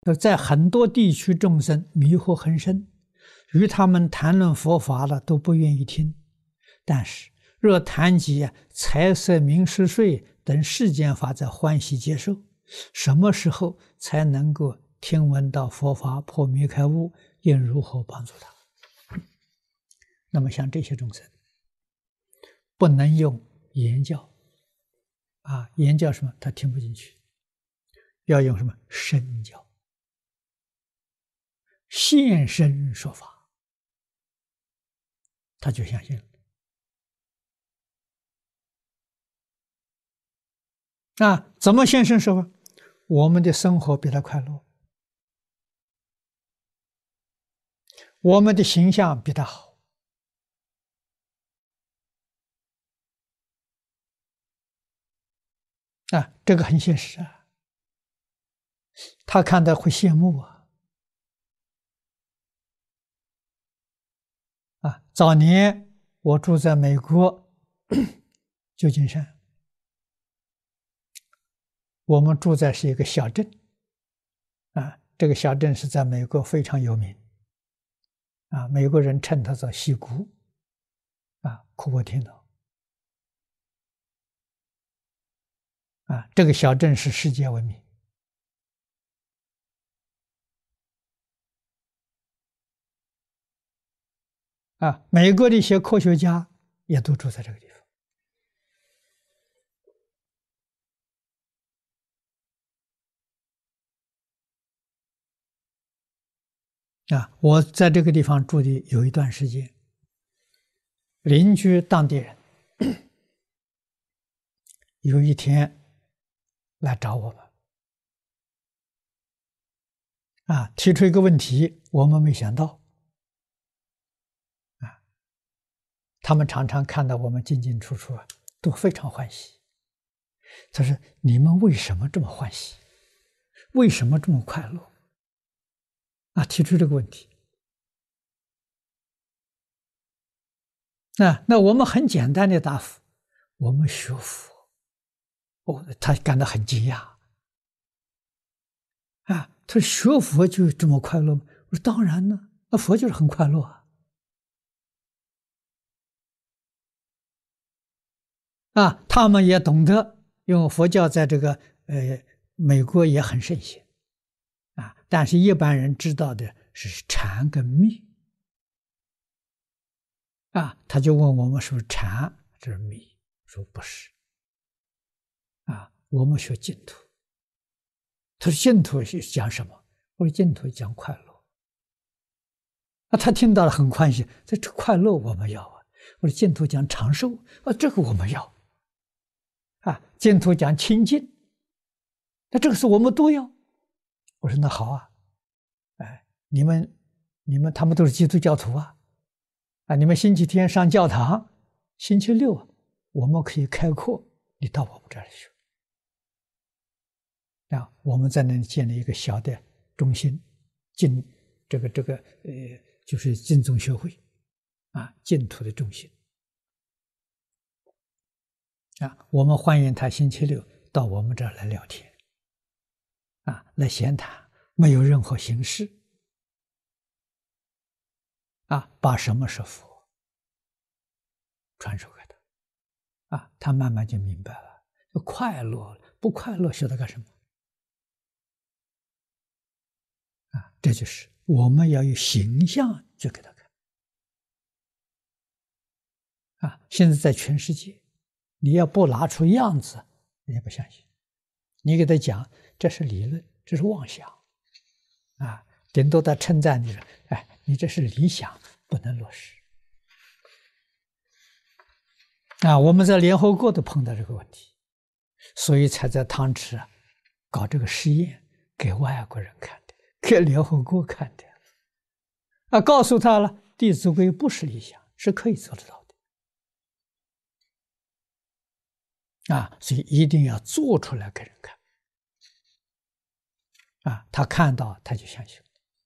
在很多地区众生迷惑很深，与他们谈论佛法了都不愿意听。但是若谈及财色名食睡等世间法，则欢喜接受。什么时候才能够听闻到佛法破迷开悟？应如何帮助他？那么像这些众生，不能用言教言教什么？他听不进去。要用什么？身教，现身说法，他就相信了。怎么现身说法？我们的生活比他快乐，我们的形象比他好，这个很现实啊。他看到会羡慕早年我住在美国旧金山，我们住在是一个小镇这个小镇是在美国非常有名美国人称它做硒谷库珀汀岛这个小镇是世界闻名美国的一些科学家也都住在这个地方我在这个地方住的有一段时间，邻居当地人有一天来找我们提出一个问题，我们没想到他们常常看到我们进进出出都非常欢喜。他说：“你们为什么这么欢喜？为什么这么快乐？”提出这个问题。那我们很简单的答复：我们学佛。他感到很惊讶他说：“学佛就这么快乐吗？”我说：“当然呢，那佛就是很快乐他们也懂得，因为佛教在这个美国也很盛行但是一般人知道的是禅跟密他就问我们是不是禅，这是密？说不是我们学净土。他说净土是讲什么？我说净土讲快乐他听到了很欢喜，这快乐我们要我说净土讲长寿这个我们要净土讲清净，那这个是我们都要。我说那好你们他们都是基督教徒你们星期天上教堂，星期六我们可以开课，你到我们这儿来学我们在那里建立一个小的中心，就是净宗学会净土的中心我们欢迎他星期六到我们这儿来聊天来闲谈，没有任何形式把什么是佛传授给他他慢慢就明白了，就快乐了，不快乐学它干什么这就是我们要有形象去给他看现在在全世界，你要不拿出样子，人家不相信。你给他讲这是理论，这是妄想顶多他称赞你说：“你这是理想，不能落实。”我们在联合国都碰到这个问题，所以才在汤池搞这个实验，给外国人看的，给联合国看的告诉他了，《弟子规》不是理想，是可以做得到的所以一定要做出来给人看他看到他就相信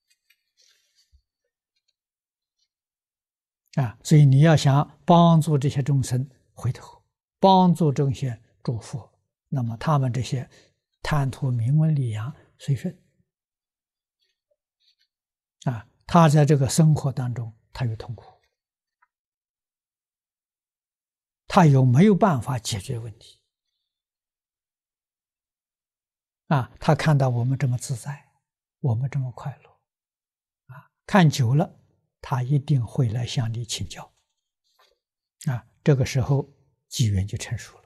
所以你要想帮助这些众生回头，帮助这些诸佛，那么他们这些贪图名闻利养随顺他在这个生活当中，他有痛苦，他有没有办法解决问题？他看到我们这么自在，我们这么快乐，看久了，他一定会来向你请教，这个时候机缘就成熟了。